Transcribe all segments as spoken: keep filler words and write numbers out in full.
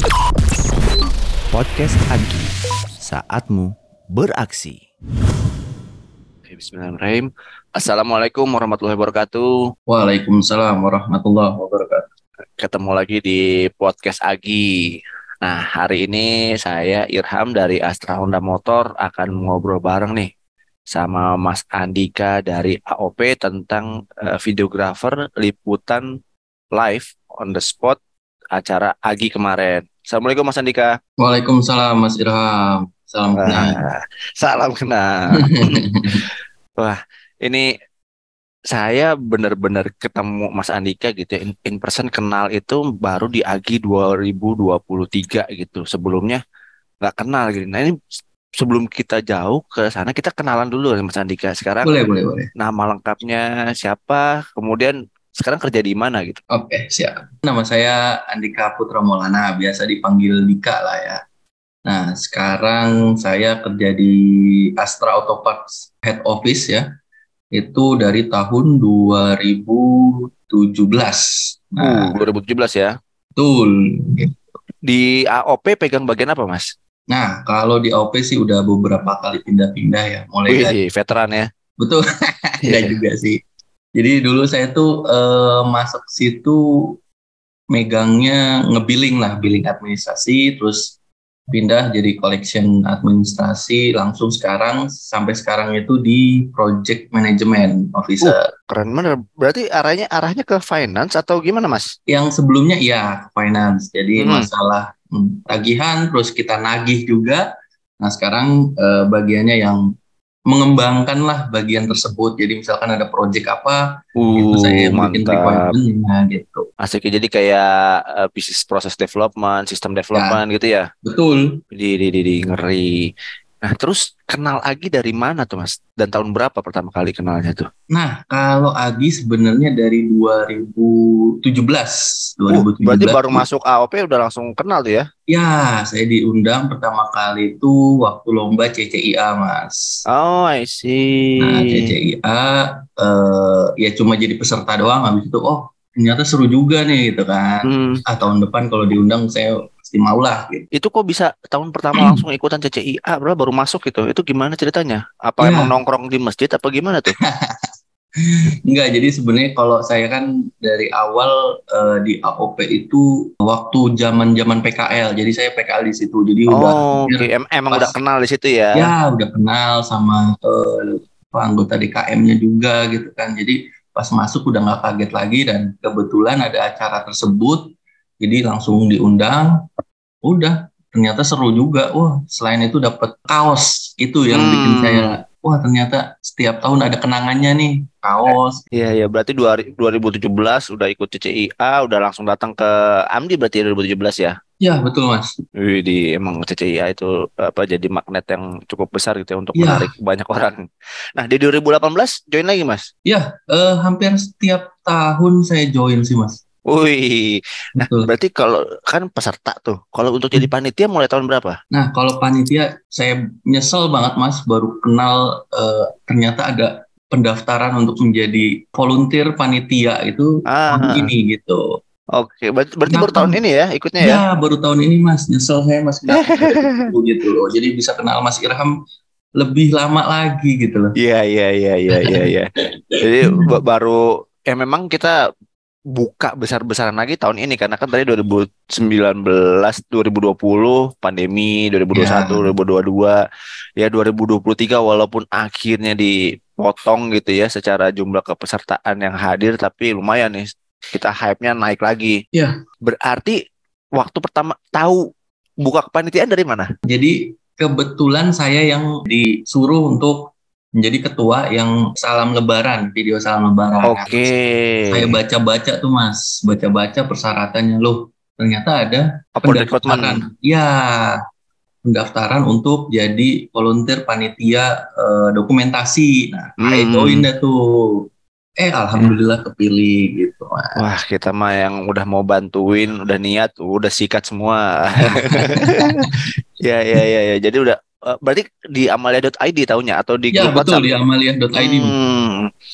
Podcast Agi, saatmu beraksi. Bismillahirrahmanirrahim. Assalamualaikum warahmatullahi wabarakatuh. Waalaikumsalam warahmatullahi wabarakatuh. Ketemu lagi di Podcast Agi. Nah, hari ini saya Irham dari Astra Honda Motor akan ngobrol bareng nih sama Mas Andika dari A O P tentang uh, videographer liputan live on the spot acara Agi kemarin. Assalamualaikum Mas Andika. Waalaikumsalam Mas Irham. Salam kenal. Wah, salam kenal. Wah, ini saya benar-benar ketemu Mas Andika gitu ya, in, in person kenal itu baru di Agi dua ribu dua puluh tiga gitu. Sebelumnya nggak kenal gitu. Nah ini sebelum kita jauh ke sana kita kenalan dulu ya Mas Andika. Sekarang Boleh, boleh, boleh. nama lengkapnya siapa? Kemudian sekarang kerja di mana gitu? Oke, siap. Nama saya Andika Putra Maulana, biasa dipanggil Dika lah ya. Nah, sekarang saya kerja di Astra Auto Parts Head Office ya. Itu dari tahun dua ribu tujuh belas. Uh, dua ribu tujuh belas ya. Betul. Di A O P pegang bagian apa, Mas? Nah, kalau di A O P sih udah beberapa kali pindah-pindah ya. Mulai Wih, dari veteran ya. Betul. Enggak juga sih. Jadi dulu saya tuh eh, masuk situ megangnya ngebilling lah, billing administrasi, terus pindah jadi collection administrasi, langsung sekarang sampai sekarang itu di project management officer. Uh, keren bener. Berarti arahnya arahnya ke finance atau gimana, Mas? Yang sebelumnya ya finance, jadi Hmm. masalah hmm, tagihan, terus kita nagih juga. Nah sekarang eh, bagiannya yang mengembangkan lah bagian tersebut. Jadi misalkan ada project apa, Uh, itu saya yang bikin mantap. requirement-nya gitu. Asik ya, jadi kayak uh, business process development, system development gitu ya. Betul. Di, di, di, di ngeri. Nah, terus kenal Agi dari mana tuh, Mas? Dan tahun berapa pertama kali kenalnya tuh? Nah, kalau Agi sebenarnya dari dua ribu tujuh belas. Uh, berarti baru masuk A O P udah langsung kenal tuh ya? Ya, saya diundang pertama kali itu waktu lomba C C I A, Mas. Oh, I see. Nah, C C I A eh, ya cuma jadi peserta doang, habis itu oh ternyata seru juga nih gitu kan. Hmm. Ah, tahun depan kalau diundang saya pasti mau lah gitu. Itu kok bisa tahun pertama langsung ikutan C C I A, bro, baru masuk gitu. Itu gimana ceritanya? Apa Ya. emang nongkrong di masjid apa gimana tuh? Enggak, jadi sebenarnya kalau saya kan dari awal uh, di A O P itu waktu zaman-zaman P K L. Jadi saya P K L di situ. Jadi oh, udah oke, okay. em- emang pas, udah kenal di situ ya. Ya, udah kenal sama uh, anggota D K M-nya juga gitu kan. Jadi pas masuk udah nggak kaget lagi dan kebetulan ada acara tersebut. Jadi langsung diundang. Udah, ternyata seru juga. Wah, selain itu dapat kaos. Itu yang hmm. bikin saya, wah ternyata setiap tahun ada kenangannya nih, kaos. Iya, iya, berarti dua ribu tujuh belas udah ikut C C I A, udah langsung datang ke Amdi berarti dua ribu tujuh belas ya? Ya, betul Mas. Wih, di emang C C I A itu apa jadi magnet yang cukup besar gitu ya untuk ya. menarik banyak orang. Nah, di dua ribu delapan belas join lagi, Mas? Ya, eh, hampir setiap tahun saya join sih, Mas. Wih, nah betul. Berarti kalau kan peserta tuh, kalau untuk jadi panitia mulai tahun berapa? Nah, kalau panitia saya nyesel banget Mas, baru kenal uh, ternyata ada pendaftaran untuk menjadi volunteer panitia itu ah. tahun ini gitu. Oke, berarti, berarti baru tahun ini ya ikutnya ya? Ya, baru tahun ini Mas, nyesel saya Mas nggak gitu loh. Jadi bisa kenal Mas Irham lebih lama lagi gitu loh. Iya, iya, iya, iya, iya, iya. Jadi baru ya memang kita buka besar-besaran lagi tahun ini karena kan tadi dua ribu sembilan belas, dua ribu dua puluh pandemi, dua ribu dua puluh satu, yeah. dua ribu dua puluh dua, ya dua ribu dua puluh tiga walaupun akhirnya dipotong gitu ya secara jumlah kepesertaan yang hadir, tapi lumayan nih kita hype-nya naik lagi. Iya. Yeah. Berarti waktu pertama tahu buka kepanitiaan dari mana? Jadi kebetulan saya yang disuruh untuk menjadi ketua yang salam lebaran, video salam lebaran. Oke. Okay. Saya baca-baca tuh Mas, baca-baca persyaratannya loh. Ternyata ada pendaftaran. Ya, pendaftaran untuk jadi volunteer panitia eh, dokumentasi. Nah, hmm. saya join deh tuh. Eh, alhamdulillah kepilih gitu Mas. Wah, kita mah yang udah mau bantuin, udah niat, udah sikat semua. ya, ya, ya, ya. Jadi udah. Berarti di amalia dot i d tahunya atau di ya, grup betul, WhatsApp? di amalia dot i d. Hmm.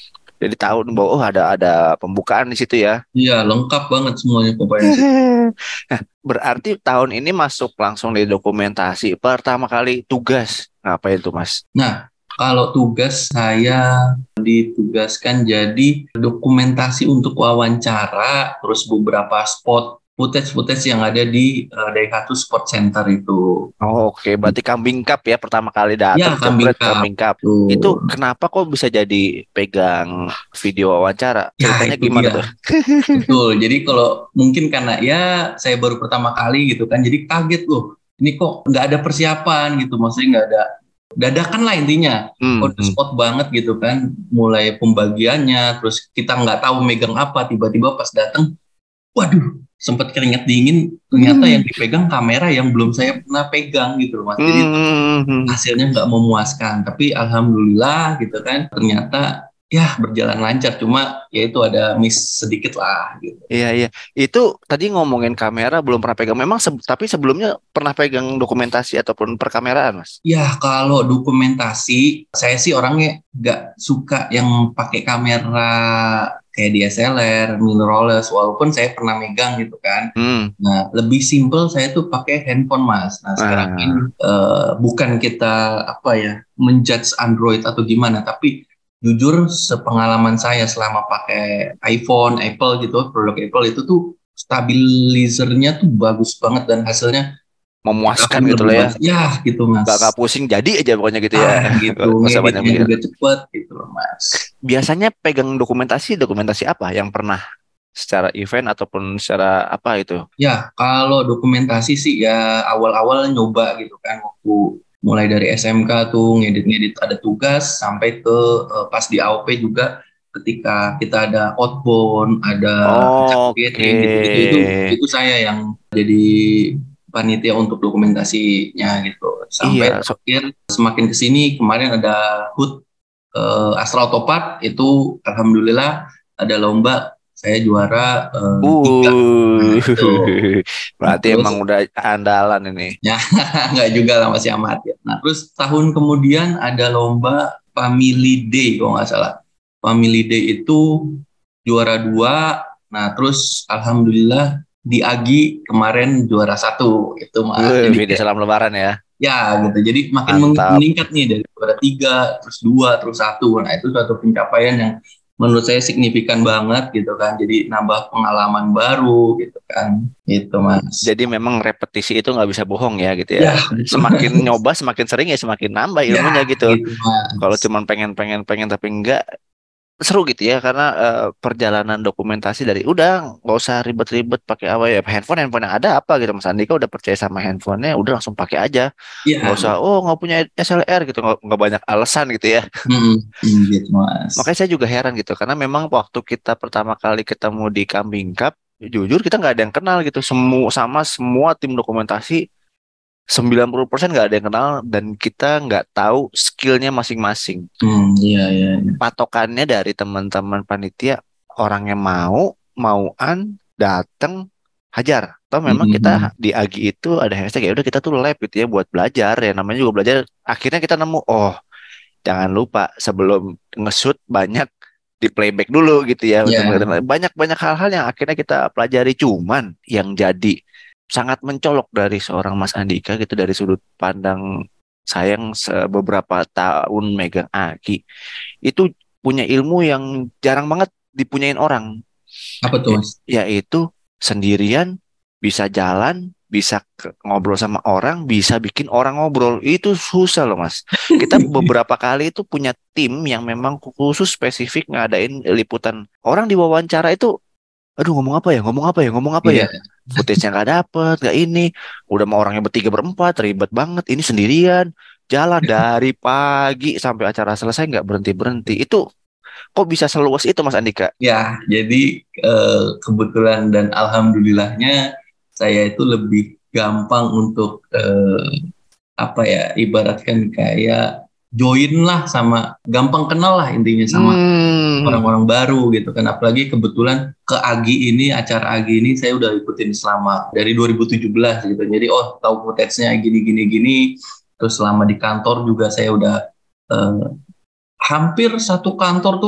Jadi tahu bahwa oh ada ada pembukaan di situ ya. Iya, lengkap banget semuanya pokoknya sih. Nah, berarti tahun ini masuk langsung di dokumentasi. Pertama kali tugas ngapain tuh Mas? Nah, kalau tugas saya ditugaskan jadi dokumentasi untuk wawancara, terus beberapa spot footage-footage yang ada di uh, Daihatsu Sport Center itu. Oh, oke, berarti kambing cup ya pertama kali Ya, datang kambing jebret cup. kambing cup. Itu Tuh. kenapa kok bisa jadi pegang video wawancara? Ya, Ceritanya itu gimana dia. tuh? Betul. Jadi kalau mungkin karena ya saya baru pertama kali gitu kan, jadi kaget loh. Ini kok nggak ada persiapan gitu, maksudnya nggak ada dadakan lah intinya. On Hmm, the hmm. spot banget gitu kan, mulai pembagiannya, terus kita nggak tahu megang apa, tiba-tiba pas datang, waduh, sempat keringat dingin. Ternyata yang dipegang kamera yang belum saya pernah pegang gitu loh, Mas. Jadi Hmm, hmm. hasilnya nggak memuaskan, tapi alhamdulillah gitu kan, ternyata ya berjalan lancar, cuma ya itu ada miss sedikit lah gitu. Iya, iya. Itu tadi ngomongin kamera belum pernah pegang. Memang se- tapi sebelumnya pernah pegang dokumentasi ataupun perkameraan, Mas? Ya kalau dokumentasi, saya sih orangnya nggak suka yang pakai kamera kayak D S L R, mirrorless, walaupun saya pernah megang gitu kan. Hmm. Nah, lebih simple saya tuh pakai handphone, Mas. Nah, sekarang ini Ah. eh, bukan kita apa ya menjudge Android atau gimana, tapi jujur sepengalaman saya selama pakai iPhone, Apple gitu, produk Apple itu tuh stabilizernya tuh bagus banget dan hasilnya Memuaskan jauh gitu lebih loh ya. bagus. Ya, gitu, Gak, gak Mas. pusing jadi aja pokoknya gitu ya. Ah, gitu. Gak usah banyak Ngeditnya mikir. juga cepet gitu loh, Mas. Biasanya pegang dokumentasi, dokumentasi apa yang pernah secara event ataupun secara apa itu? Ya, kalau dokumentasi sih ya awal-awal nyoba gitu kan waktu mulai dari S M K tuh ngedit-ngedit ada tugas sampai ke eh, pas di A O P juga ketika kita ada outbound, ada ajak Oke. gathering gitu-gitu itu itu saya yang jadi panitia untuk dokumentasinya gitu. Sampai Iya, so, terakhir semakin kesini kemarin ada H U T eh, Astra Autopart itu alhamdulillah ada lomba saya juara eh, tiga. Nah, uh, itu. Nah, berarti terus emang udah andalan ini. ya nggak juga lah masih amat ya. Nah, terus tahun kemudian ada lomba Family Day kalau nggak salah. Family Day itu juara dua. Nah, terus alhamdulillah di Agi kemarin juara satu itu Mas. Uh, Jadi video kayak salam lebaran ya. ya gitu. Jadi makin meng- Mantap. meningkat nih dari juara tiga, terus dua, terus satu. Nah, itu suatu pencapaian yang menurut saya signifikan banget gitu kan. Jadi nambah pengalaman baru gitu kan. Itu Mas. Jadi memang repetisi itu nggak bisa bohong ya gitu Ya, ya. betul. Semakin nyoba, semakin sering ya semakin nambah Ya, ilmunya gitu. gitu Kalau Mas. cuman pengen pengen pengen tapi enggak seru gitu ya karena eh, perjalanan dokumentasi dari udah nggak usah ribet-ribet pakai apa ya handphone handphone yang ada apa gitu Mas Andika udah percaya sama handphonenya udah langsung pakai aja nggak Ya, usah oh nggak punya S L R gitu nggak nggak banyak alasan gitu ya. mm, mm, gitu Mas. Makanya saya juga heran gitu karena memang waktu kita pertama kali ketemu di Kambing Cup jujur kita nggak ada yang kenal gitu semua sama semua tim dokumentasi sembilan puluh persen nggak ada yang kenal dan kita nggak tahu skillnya masing-masing. Hmm, iya, iya, iya. Patokannya dari teman-teman panitia orang yang mau mauan datang hajar. Atau Mm, memang mm, kita mm. di Agi itu ada hashtag ya udah kita tuh lab gitu ya buat belajar ya namanya juga belajar. Akhirnya kita nemu oh jangan lupa sebelum nge-shoot banyak di playback dulu gitu ya untuk Ya, melihat banyak-banyak hal-hal yang akhirnya kita pelajari cuman yang jadi sangat mencolok dari seorang Mas Andika gitu dari sudut pandang saya yang se- beberapa tahun megang Agi itu punya ilmu yang jarang banget dipunyain orang. apa tuh Ya- Mas? yaitu sendirian bisa jalan bisa ke- ngobrol sama orang bisa bikin orang ngobrol itu susah loh Mas. Kita beberapa kali itu punya tim yang memang khusus spesifik ngadain liputan orang diwawancara itu aduh ngomong apa ya ngomong apa ya ngomong apa ya Iya, footage-nya nggak dapet nggak ini udah mau orangnya bertiga berempat ribet banget ini sendirian jalan dari pagi sampai acara selesai nggak berhenti berhenti itu kok bisa seluas itu Mas Andika. ya. Jadi eh, kebetulan dan alhamdulillahnya saya itu lebih gampang untuk eh, apa ya ibaratkan kayak join lah sama gampang kenal lah intinya sama Hmm. orang-orang baru gitu kan, apalagi kebetulan ke Agi ini, acara Agi ini saya udah ikutin selama dari dua ribu tujuh belas gitu, jadi oh tahu footage-nya gini gini gini, terus selama di kantor juga saya udah eh, hampir satu kantor tuh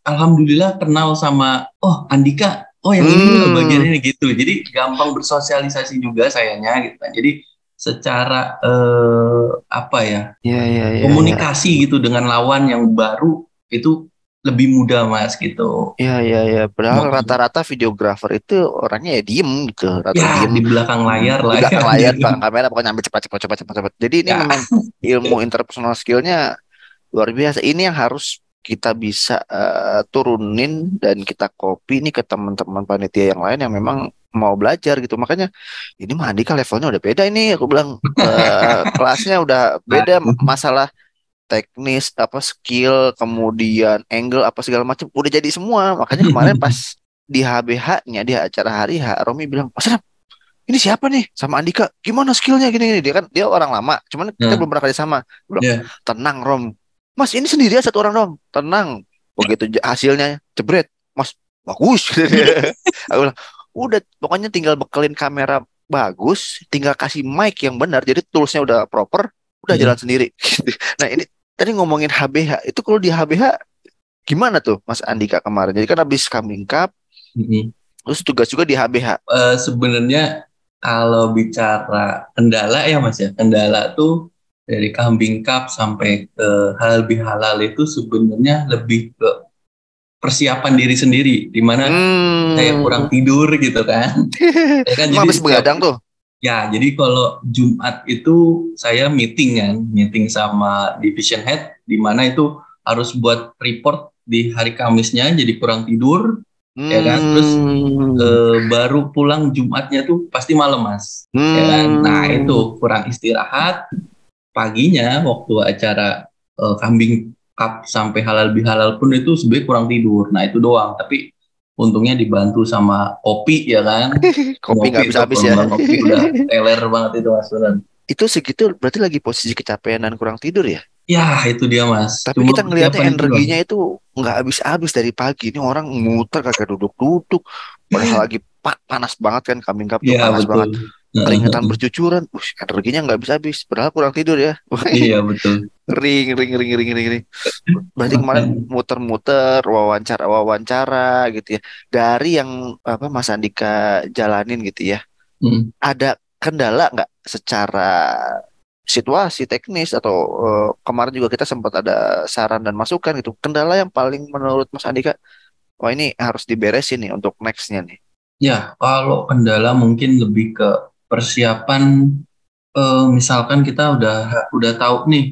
alhamdulillah kenal sama oh Andika, oh yang ini loh Hmm. bagian ini gitu. Jadi gampang bersosialisasi juga sayanya gitu kan. Jadi secara eh, apa ya Iya, iya, iya, iya. komunikasi gitu dengan lawan yang baru itu lebih mudah mas gitu. Iya, iya, iya. Padahal Waktu rata-rata videografer itu orangnya ya diem gitu, rata ya diem di belakang layar di lah ya belakang layar, gitu. belakang kamera, pokoknya ambil cepat, cepat, cepat, cepat, cepat. Jadi ini Ya, memang ilmu interpersonal skillnya luar biasa. Ini yang harus kita bisa eh, turunin dan kita copy nih ke teman-teman panitia yang lain yang memang mau belajar gitu. Makanya ini mah Andika levelnya udah beda ini. Aku bilang eh, kelasnya udah nah, beda, masalah teknis apa skill kemudian angle apa segala macam udah jadi semua. Makanya kemarin pas di H B H-nya di acara hari H, Romi bilang, Mas Rap, ini siapa nih sama Andika? Gimana skillnya gini-gini? Dia kan dia orang lama, cuman kita nah, belum pernah kerja sama. Dia bilang, ya. tenang Rom, Mas ini sendirian satu orang dong, tenang. Begitu j- hasilnya jebret, Mas bagus. Aku bilang, udah pokoknya tinggal bekelin kamera bagus, tinggal kasih mic yang benar, jadi toolsnya udah proper, udah Ya. jalan sendiri. Nah ini tadi ngomongin H B H, itu kalau di H B H gimana tuh Mas Andika kemarin? Jadi kan habis Coming Cup, Mm-mm. terus tugas juga di H B H. Eh, sebenarnya kalau bicara kendala ya mas ya, kendala tuh dari kambing cup sampai ke halal bihalal itu sebenarnya lebih ke persiapan diri sendiri, di mana saya kurang Hmm, tidur gitu kan. Saya kan emang jadi habis setiap begadang tuh. ya, jadi kalau Jumat itu saya meeting kan, meeting sama division head, di mana itu harus buat report di hari Kamisnya, jadi kurang tidur, ya kan. Terus Hmm, eh, baru pulang Jumatnya tuh pasti malam mas, ya kan. Nah hmm, itu kurang istirahat. Paginya waktu acara eh, kambing cup sampai halal bihalal pun itu sebenarnya kurang tidur. Nah itu doang. Tapi untungnya dibantu sama kopi ya kan. kopi nggak Ngopi tuh habis-habis kalau ya. nggak ngopi udah teler banget itu mas Sunan. Itu segitu berarti lagi posisi kecapean dan kurang tidur ya. Ya itu dia mas. Tapi Cuma kita ngelihatnya persiapan itu doang. energinya itu nggak habis-habis dari pagi. Ini orang muter kagak duduk-duduk. Padahal lagi pa- panas banget kan, Coming Cup tuh Iya panas betul. banget. Keringetan bercucuran. Ush, energinya nggak habis-habis. Padahal kurang tidur ya. Iya betul. Ring, ring, ring, ring, ring, ring. Berarti kemarin Makanya. muter-muter wawancara wawancara gitu ya. Dari yang apa Mas Andika jalanin gitu ya. Hmm. Ada kendala nggak secara situasi teknis atau eh, kemarin juga kita sempat ada saran dan masukan gitu. Kendala yang paling menurut Mas Andika, wah ini harus diberesin nih untuk nextnya nih. Ya kalau kendala mungkin lebih ke persiapan. Eh, misalkan kita udah udah tahu nih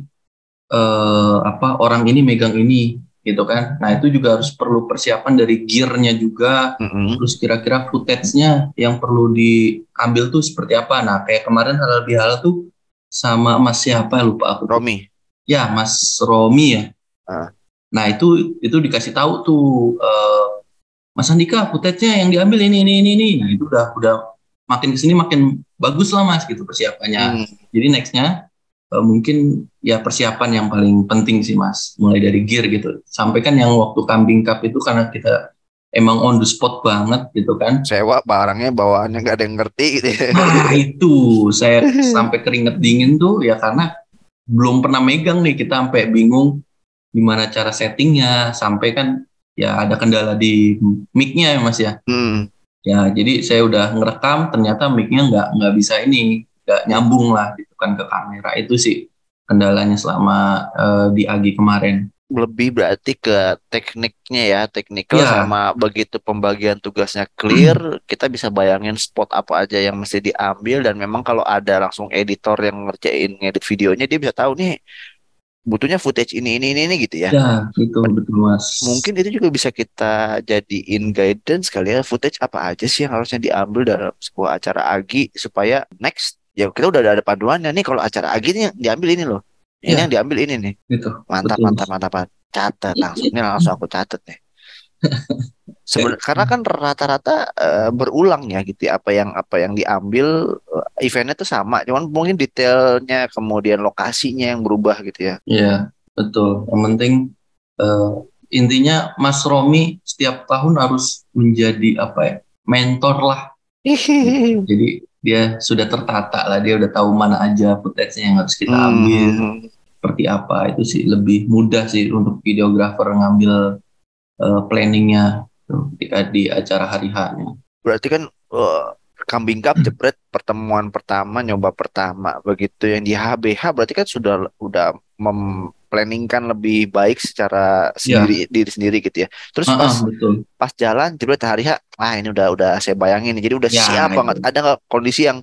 eh, apa orang ini megang ini gitu kan. Nah itu juga harus perlu persiapan dari gearnya juga. Mm-mm. Terus kira-kira footage-nya yang perlu diambil tuh seperti apa. Nah kayak kemarin halal bihalal tuh sama Mas siapa lupa aku tuh. Romi. Ya Mas Romi ya. Ah. Nah itu itu dikasih tahu tuh eh, Mas Andika footage-nya yang diambil ini ini ini ini. Nah itu udah udah makin kesini makin bagus lah Mas gitu persiapannya. Hmm. Jadi nextnya eh, mungkin ya persiapan yang paling penting sih Mas. Mulai dari gear gitu. Sampai kan yang waktu kambing cup itu karena kita emang on the spot banget gitu kan. Sewa barangnya bawaannya nggak ada yang ngerti gitu ya. Nah itu saya sampai keringet dingin tuh ya karena belum pernah megang nih kita sampai bingung gimana cara settingnya. Sampai kan ya ada kendala di mic-nya ya Mas ya. Hmm. Ya, jadi saya udah ngerekam, ternyata mic-nya nggak nggak bisa ini, nggak nyambung lah gitu kan ke kamera. Itu sih kendalanya selama eh, di Agi kemarin. Lebih berarti ke tekniknya ya, technical Ya, sama begitu pembagian tugasnya clear, kita bisa bayangin spot apa aja yang mesti diambil dan memang kalau ada langsung editor yang ngerjain ngedit videonya dia bisa tahu nih butuhnya footage ini ini ini, ini gitu ya. ya itu betul Mas. Mungkin itu juga bisa kita jadiin guidance kali ya, footage apa aja sih yang harusnya diambil dalam sebuah acara Agi supaya next ya kita udah ada panduannya nih kalau acara Agi ini yang diambil ini loh. Ini yang Ya, diambil ini nih. itu Mantap, betul mantap, Mas. mantap, mantap. Catat langsung. Ini langsung aku catat nih. Seben- karena kan rata-rata eh, berulang ya gitu ya, apa yang apa yang diambil eh, eventnya tuh sama, cuman mungkin detailnya kemudian lokasinya yang berubah gitu ya. Ya, betul. Yang penting eh, intinya Mas Romi setiap tahun harus menjadi apa ya, mentor lah. Jadi dia sudah tertata lah, dia udah tahu mana aja footage-nya yang harus kita ambil. Hmm. Seperti apa itu sih lebih mudah sih untuk videografer ngambil uh, planningnya tuh, di, di acara hari H-nya. Berarti kan eh, kambing cup jebret pertemuan pertama nyoba pertama begitu yang di H B H berarti kan sudah udah memplanningkan lebih baik secara Ya, sendiri diri sendiri gitu ya. Terus uh-uh, pas betul. pas jalan jebret hari H, ah ini udah udah saya bayangin nih. Jadi udah Ya, siap banget. itu. Ada nggak kondisi yang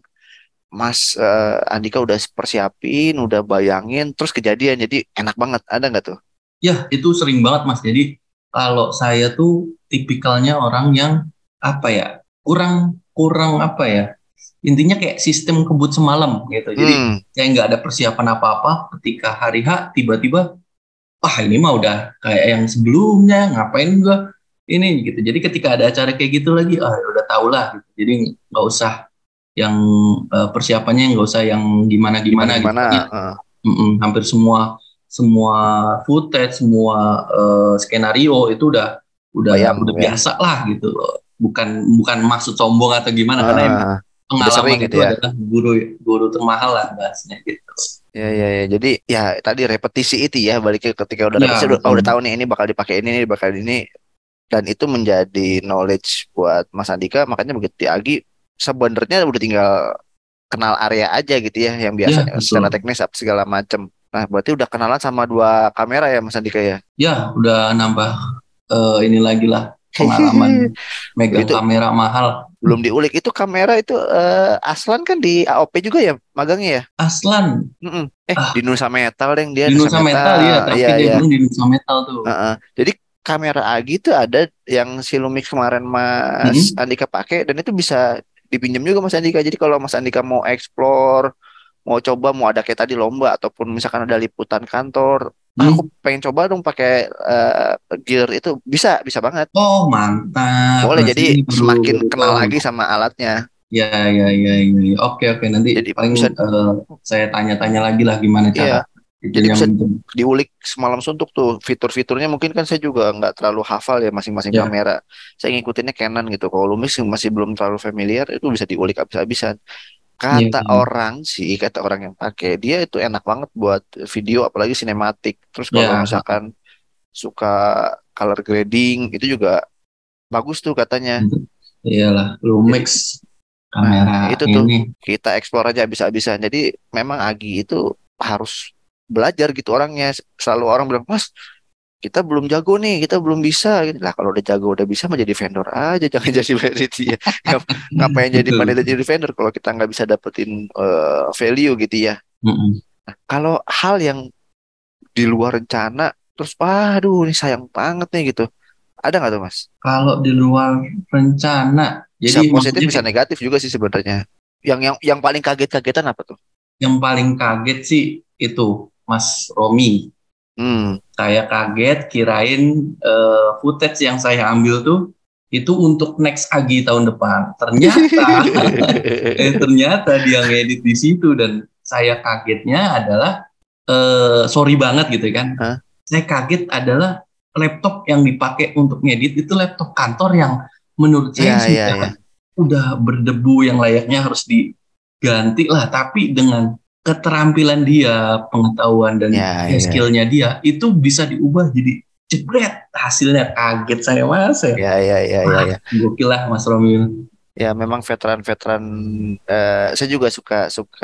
Mas eh, Andika udah persiapin, udah bayangin, terus kejadian jadi enak banget. Ada nggak tuh? Ya, itu sering banget Mas. Jadi kalau saya tuh tipikalnya orang yang apa ya, kurang kurang apa ya, intinya kayak sistem kebut semalam gitu. Jadi Hmm, kayak nggak ada persiapan apa-apa. Ketika hari H tiba-tiba, ah ini mah udah kayak yang sebelumnya, ngapain gua ini gitu. Jadi ketika ada acara kayak gitu lagi, ah ya udah tau lah gitu. Jadi nggak usah yang eh, persiapannya nggak usah yang gimana gimana-gimana gitu. gimana? Karena Eh, mm-mm, hampir semua semua footage, semua eh, skenario itu udah udah bayang udah ya. biasa lah gitu loh. Bukan bukan maksud sombong atau gimana, karena emang Eh, udah sering pengalaman gitu itu ya. adalah guru guru termahal lah bahasnya gitu. Ya, ya, ya. Jadi ya tadi repetisi itu ya, baliknya ketika udah repetisi Ya udah, oh, udah betul. tahu nih ini bakal dipakai ini, ini bakal ini, dan itu menjadi knowledge buat Mas Andika. Makanya begitu di Agi sebenarnya udah tinggal kenal area aja gitu ya, yang Ya biasanya secara betul. teknis apa segala macem. Nah, berarti udah kenalan sama dua kamera ya Mas Andika ya? Ya udah nambah eh, ini lagi lah pengalaman megang Itu kamera mahal. belum diulik itu kamera itu eh, Aslan kan di A O P juga ya magangnya ya? Aslan, Mm-mm. Eh di ah Nusa Metal deh dia di Nusa Nusa Metal ya, Metal. Iya tapi dia iya. bilang di Nusa Metal tuh. Heeh. Jadi kamera Agi tuh ada yang si Lumix kemarin Mas Mm-mm. Andika pakai dan itu bisa dipinjam juga Mas Andika. Jadi kalau Mas Andika mau explore, mau coba, mau ada kayak tadi lomba ataupun misalkan ada liputan kantor, ah, aku Hmm. pengen coba dong pakai eh, gear itu bisa bisa banget. Oh mantap, Boleh Mas jadi ini baru semakin baru kenal tahu nih. lagi sama alatnya. Ya ya ya ya. Ya. Oke oke nanti Jadi paling bisa eh, saya tanya-tanya lagi lah gimana iya. cara Jadi itunya bisa minjem. diulik semalam suntuk tuh fitur-fiturnya mungkin kan saya juga nggak terlalu hafal ya masing-masing Ya kamera. Saya ngikutinnya Canon gitu. Kalau Lumix masih belum terlalu familiar itu bisa diulik habis-habisan. ya Kata ya. orang sih, kata orang yang pakai dia itu enak banget buat video apalagi sinematik. Terus kalau Ya, misalkan suka color grading itu juga bagus tuh katanya. iyalah Jadi Lumix nah kamera itu tuh ini. kita eksplor aja habis-habisan. Jadi memang Agi itu harus belajar gitu orangnya. Selalu orang bilang, Mas kita belum jago nih, kita belum bisa gitu. Lah kalau udah jago udah bisa mah jadi vendor aja, jangan jadi panitia. Ngap- Ngapain jadi Betul panitia betul. jadi vendor kalau kita nggak bisa dapetin eh, value gitu ya. Mm-mm. Kalau hal yang di luar rencana, terus waduh ini sayang banget nih gitu. Ada nggak tuh Mas? Kalau di luar rencana, Bisa jadi positif, maksudnya bisa kayak negatif juga sih sebenarnya. Yang yang yang paling kaget-kagetan apa tuh? yang paling kaget sih itu Mas Romi. Hmm. Saya kaget kirain eh, footage yang saya ambil tuh itu untuk next Agi tahun depan. Ternyata, eh ternyata dia ngedit di situ dan saya kagetnya adalah eh, sorry banget gitu kan. Hah? Saya kaget adalah laptop yang dipakai untuk ngedit itu laptop kantor yang menurut Iya, saya iya, iya. sudah udah berdebu yang layaknya harus diganti lah. Tapi dengan keterampilan dia, pengetahuan dan Iya, ya, iya. skillnya dia itu bisa diubah jadi jebret hasilnya kaget saya mas ya. Iya, iya, iya, iya, Wah iya. gokil lah Mas Romi. Ya memang veteran-veteran eh, saya juga suka suka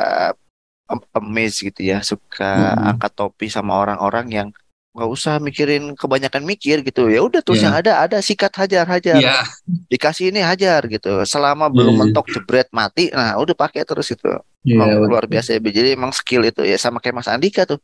am- amazed gitu ya, suka Mm-mm. angkat topi sama orang-orang yang nggak usah mikirin kebanyakan mikir gitu. Ya udah terus yang Ya, ada ada sikat hajar hajar. iya, Dikasih ini hajar gitu. Selama iya, belum iya, mentok jebret mati, nah udah pakai terus itu. iya, Emang luar betul. biasa ya. Jadi emang skill itu ya sama kayak Mas Andika tuh.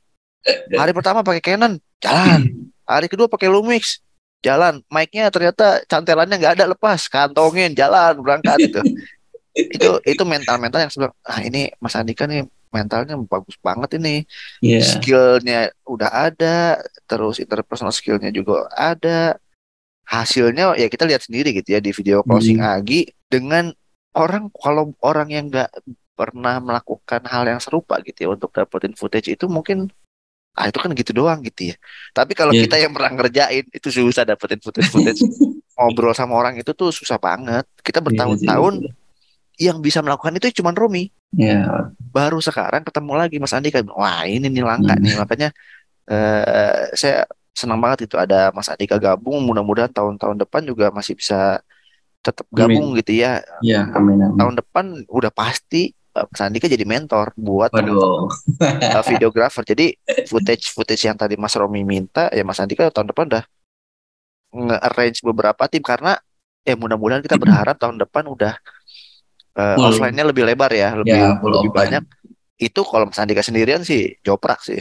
Hari pertama pakai Canon, jalan. Hari kedua pakai Lumix, jalan. Mic-nya ternyata cantelannya nggak ada lepas, kantongin, jalan, berangkat itu. Itu itu mental-mental yang sebenarnya, ah ini Mas Andika nih mentalnya bagus banget ini. Iya, Skillnya udah ada, terus interpersonal skillnya juga ada. Hasilnya ya kita lihat sendiri gitu ya di video closing mm, Agi dengan orang kalau orang yang nggak pernah melakukan hal yang serupa gitu ya untuk dapetin footage itu mungkin ah itu kan gitu doang gitu ya. Tapi kalau iya, kita yang pernah ngerjain itu susah dapetin footage-footage ngobrol sama orang itu tuh susah banget. Kita iya sih, bertahun-tahun betul. yang bisa melakukan itu cuma Romi. Iya, Baru sekarang ketemu lagi Mas Andi kan, wah ini nih langka nih. mm, Makanya eh, saya senang banget itu ada Mas Andika gabung. Mudah-mudahan tahun-tahun depan juga masih bisa tetap gabung Amin. gitu ya. Ya, amin amin. Tahun depan udah pasti eh, Mas Andika jadi mentor buat teman-teman Waduh. eh, videographer. Jadi footage footage yang tadi Mas Romi minta ya Mas Andika tahun depan udah nge-arrange beberapa tim karena ya mudah-mudahan kita berharap tahun depan udah eh, Full. offline-nya lebih lebar ya, lebih Ya, full lebih banyak. offline. Itu kalau Mas Andika sendirian sih joprak sih.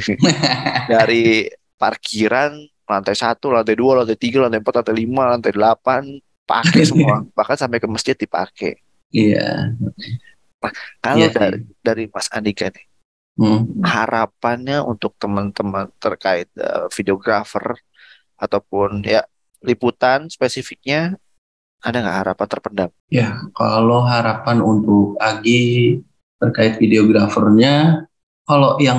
Dari parkiran lantai satu, lantai dua, lantai tiga, lantai empat, lantai lima, lantai delapan, pakai semua. Bahkan sampai ke masjid dipakai. Iya, Kalau iya dari sih. dari Mas Andika nih, Hmm. harapannya untuk teman-teman terkait eh, videographer ataupun ya liputan spesifiknya ada nggak harapan terpendam? Ya, kalau harapan untuk Agi terkait videografernya, kalau yang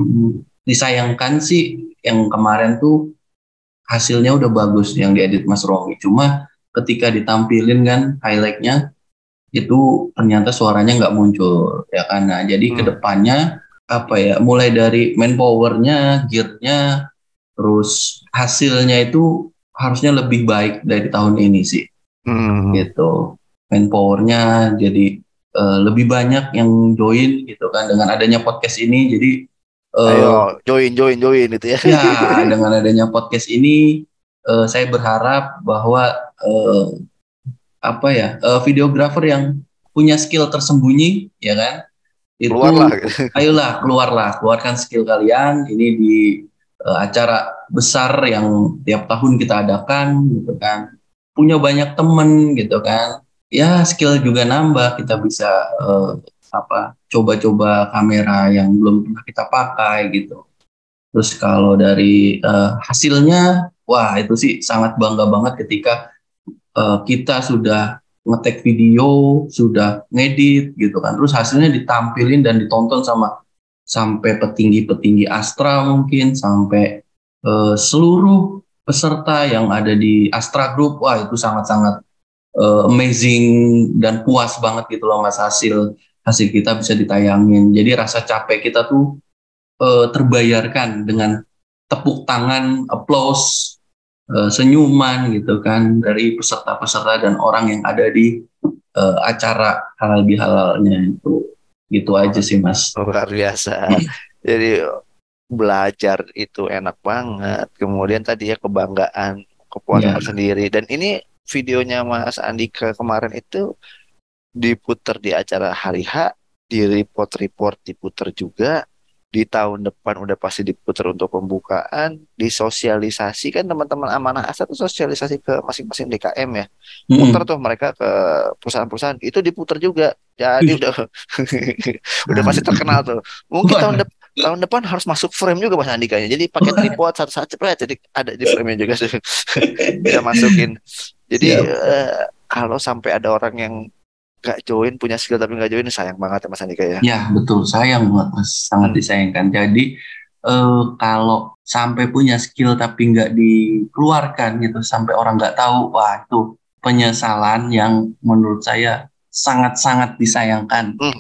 disayangkan sih yang kemarin tuh hasilnya udah bagus yang diedit Mas Romi. Cuma ketika ditampilin kan highlightnya itu ternyata suaranya nggak muncul ya kan. Nah, jadi Hmm. kedepannya apa ya? Mulai dari manpowernya, gearnya, terus hasilnya itu harusnya lebih baik dari tahun ini sih Hmm. gitu. Manpowernya jadi eh, lebih banyak yang join gitu kan dengan adanya podcast ini. Jadi Ayo eh, join join join gitu ya. ya dengan adanya podcast ini eh, saya berharap bahwa eh, apa ya eh, videografer yang punya skill tersembunyi ya kan Keluarlah itu gitu. ayolah keluarlah keluarkan skill kalian ini di eh, acara besar yang tiap tahun kita adakan gitu kan punya banyak temen gitu kan ya skill juga nambah kita bisa eh, apa coba-coba kamera yang belum pernah kita pakai gitu terus kalau dari eh, hasilnya wah itu sih sangat bangga banget ketika eh, kita sudah ngetek video, sudah ngedit gitu kan. Terus hasilnya ditampilin dan ditonton sama sampai petinggi-petinggi Astra mungkin, sampai eh, seluruh peserta yang ada di Astra Group. Wah, itu sangat-sangat eh, amazing dan puas banget gitu loh Mas hasil hasil kita bisa ditayangin. Jadi rasa capek kita tuh eh, terbayarkan dengan tepuk tangan, applause eh, senyuman gitu kan dari peserta-peserta dan orang yang ada di eh, acara halal bihalalnya itu gitu aja sih Mas. Luar biasa. Jadi belajar itu enak banget. Kemudian tadi ya kebanggaan, kepuasan Ya, tersendiri. Dan ini videonya Mas Andika kemarin itu diputar di acara Hari H, di report-report diputar juga. Di tahun depan udah pasti diputar untuk pembukaan, disosialisasi kan teman-teman Amanah Asa tuh sosialisasi ke masing-masing D K M ya. Muter mm-mm. tuh mereka ke perusahaan-perusahaan, itu diputar juga. Jadi Wih, udah udah pasti terkenal tuh. Mungkin tahun waduh, depan tahun depan harus masuk frame juga Mas Andikanya. Jadi pakai tripod satu satu cepet jadi ada di frame-nya juga tuh. Bisa masukin. Jadi siap. eh, kalau sampai ada orang yang nggak join punya skill tapi nggak join sayang banget ya Mas Andika ya. Ya betul, sayang banget Mas, sangat Hmm. disayangkan. Jadi eh, kalau sampai punya skill tapi nggak dikeluarkan gitu, sampai orang nggak tahu, wah itu penyesalan yang menurut saya sangat-sangat disayangkan. Hmm.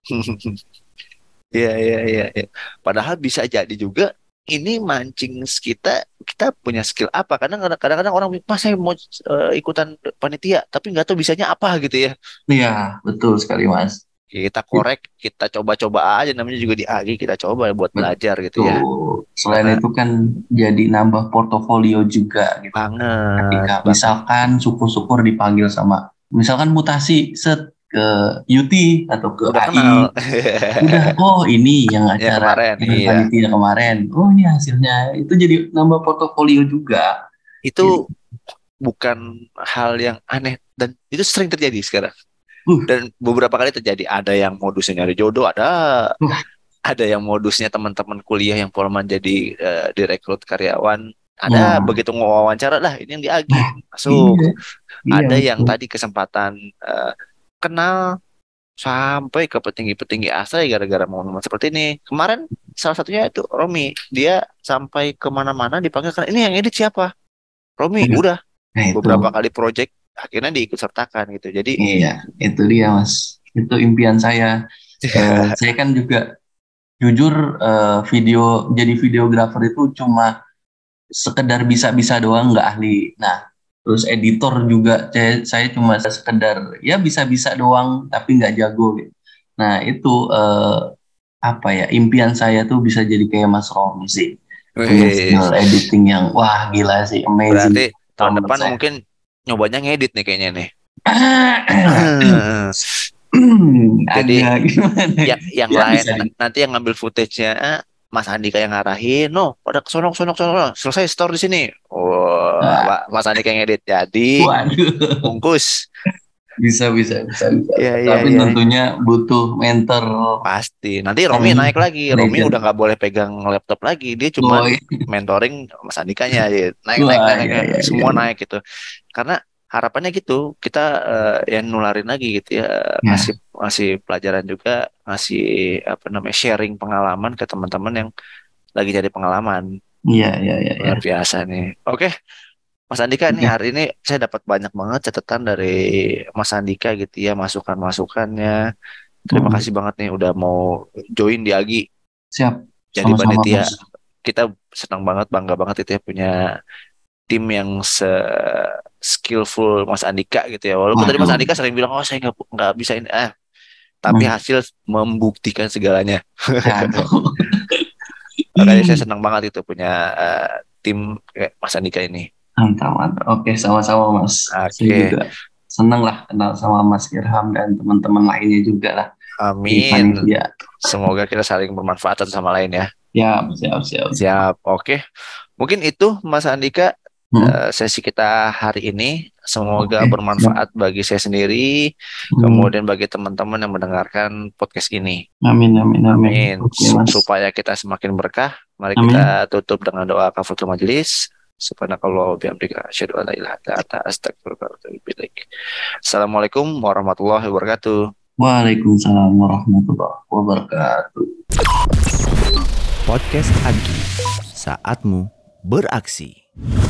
Iya, iya, iya, iya. Padahal bisa jadi juga ini mancing kita kita punya skill apa? Kadang kadang-kadang orang mas saya mau eh, ikutan panitia tapi nggak tahu bisanya apa gitu ya. Iya, betul sekali Mas. Kita korek, kita coba-coba aja namanya juga di A G kita coba buat belajar gitu ya. Betul. Selain Karena itu kan jadi nambah portofolio juga gitu. banget, Ketika banget. misalkan syukur-syukur dipanggil sama, misalkan mutasi set ke U T atau ke Udah kenal. A I, udah, oh ini yang Ya acara kemarin, yang iya. panitia kemarin, oh ini hasilnya, itu jadi nambah portofolio juga. Itu Gitu. bukan hal yang aneh dan itu sering terjadi sekarang. Uh, Dan beberapa kali terjadi ada yang modusnya nyari jodoh, ada wah, ada yang modusnya teman-teman kuliah yang Polman jadi eh, direkrut karyawan. Ada nah, begitu wawancara lah ini yang di Agi nah, masuk. iya, iya Ada yang betul. tadi kesempatan eh, kenal sampai ke petinggi-petinggi asal gara-gara momen seperti ini. Kemarin salah satunya itu Romi. Dia sampai kemana-mana dipanggil karena ini yang edit siapa? Romi. Nah, Udah nah, itu, beberapa kali project akhirnya diikut sertakan gitu. Jadi iya, itu dia Mas. Itu impian saya. Eh, saya kan juga jujur eh, video jadi videografer itu cuma sekedar bisa-bisa doang, nggak ahli. Nah, terus editor juga saya, saya cuma sekedar ya bisa-bisa doang tapi nggak jago gitu. Nah itu eh, apa ya, impian saya tuh bisa jadi kayak Mas Rom sih, punya Wih, skill editing yang wah gila sih, amazing berarti kalau tahun menurut depan saya. mungkin nyobanya ngedit nih kayaknya nih. Jadi Agak gimana ya yang ya, lain bisa di n- nanti yang ngambil footage-nya eh, Mas Andi kayak ngarahin, no, pada kesonok sonok sonok selesai store di sini. Oh, ah, Pak Mas Andi kayak ngedit. Jadi waduh. bungkus. Bisa, bisa, bisa, bisa. Iya iya Tapi iya. tentunya butuh mentor Pasti. Nanti yang Romi naik lagi. Romi legend. udah nggak boleh pegang laptop lagi. Dia cuman Boy. mentoring Mas Andikanya aja. Naik naik Wah, naik naik, ya, naik. ya, ya, Semua ya. naik gitu. Karena harapannya gitu kita eh, yang nularin lagi gitu ya, ngasih Ya, ngasih pelajaran juga, ngasih apa namanya sharing pengalaman ke teman-teman yang lagi jadi pengalaman. iya, iya, iya, iya. Luar biasa nih. Oke, Mas Andika nih Oke. hari ini saya dapat banyak banget catatan dari Mas Andika gitu ya, masukan-masukannya. Terima Mm, kasih banget nih udah mau join di Agi siap. jadi Sama-sama, panitia. Mas. Kita senang banget, bangga banget itu ya punya tim yang se skillful Mas Andika gitu ya. Walaupun tadi Mas Waduh. Andika sering bilang, oh saya nggak nggak bisa ini, eh tapi Hmm. hasil membuktikan segalanya. Aduh. Makanya saya senang banget itu punya eh, tim kayak Mas Andika ini. Mantap, mantap. Oke, sama-sama, Mas. Saya Oke, juga senang lah kenal sama Mas Irham dan teman-teman lainnya juga lah di amin. panitia. Semoga kita saling bermanfaat satu sama lain ya. Siap, siap, siap. Siap, oke. Mungkin itu Mas Andika Hmm. eh, sesi kita hari ini. Semoga Oke, siap. bermanfaat bagi saya sendiri, Hmm. kemudian bagi teman-teman yang mendengarkan podcast ini. Amin, amin, amin. Amin. Oke, Su- Mas. Supaya kita semakin berkah, mari kita Amin. tutup dengan doa kafaratul majelis. Subhanakallah bihamdika asyhadu an la ilaha illa anta astaghfiruka wa atubu ilaik. Assalamualaikum warahmatullahi wabarakatuh. Waalaikumsalam warahmatullahi wabarakatuh. Podcast Agi, saatmu beraksi.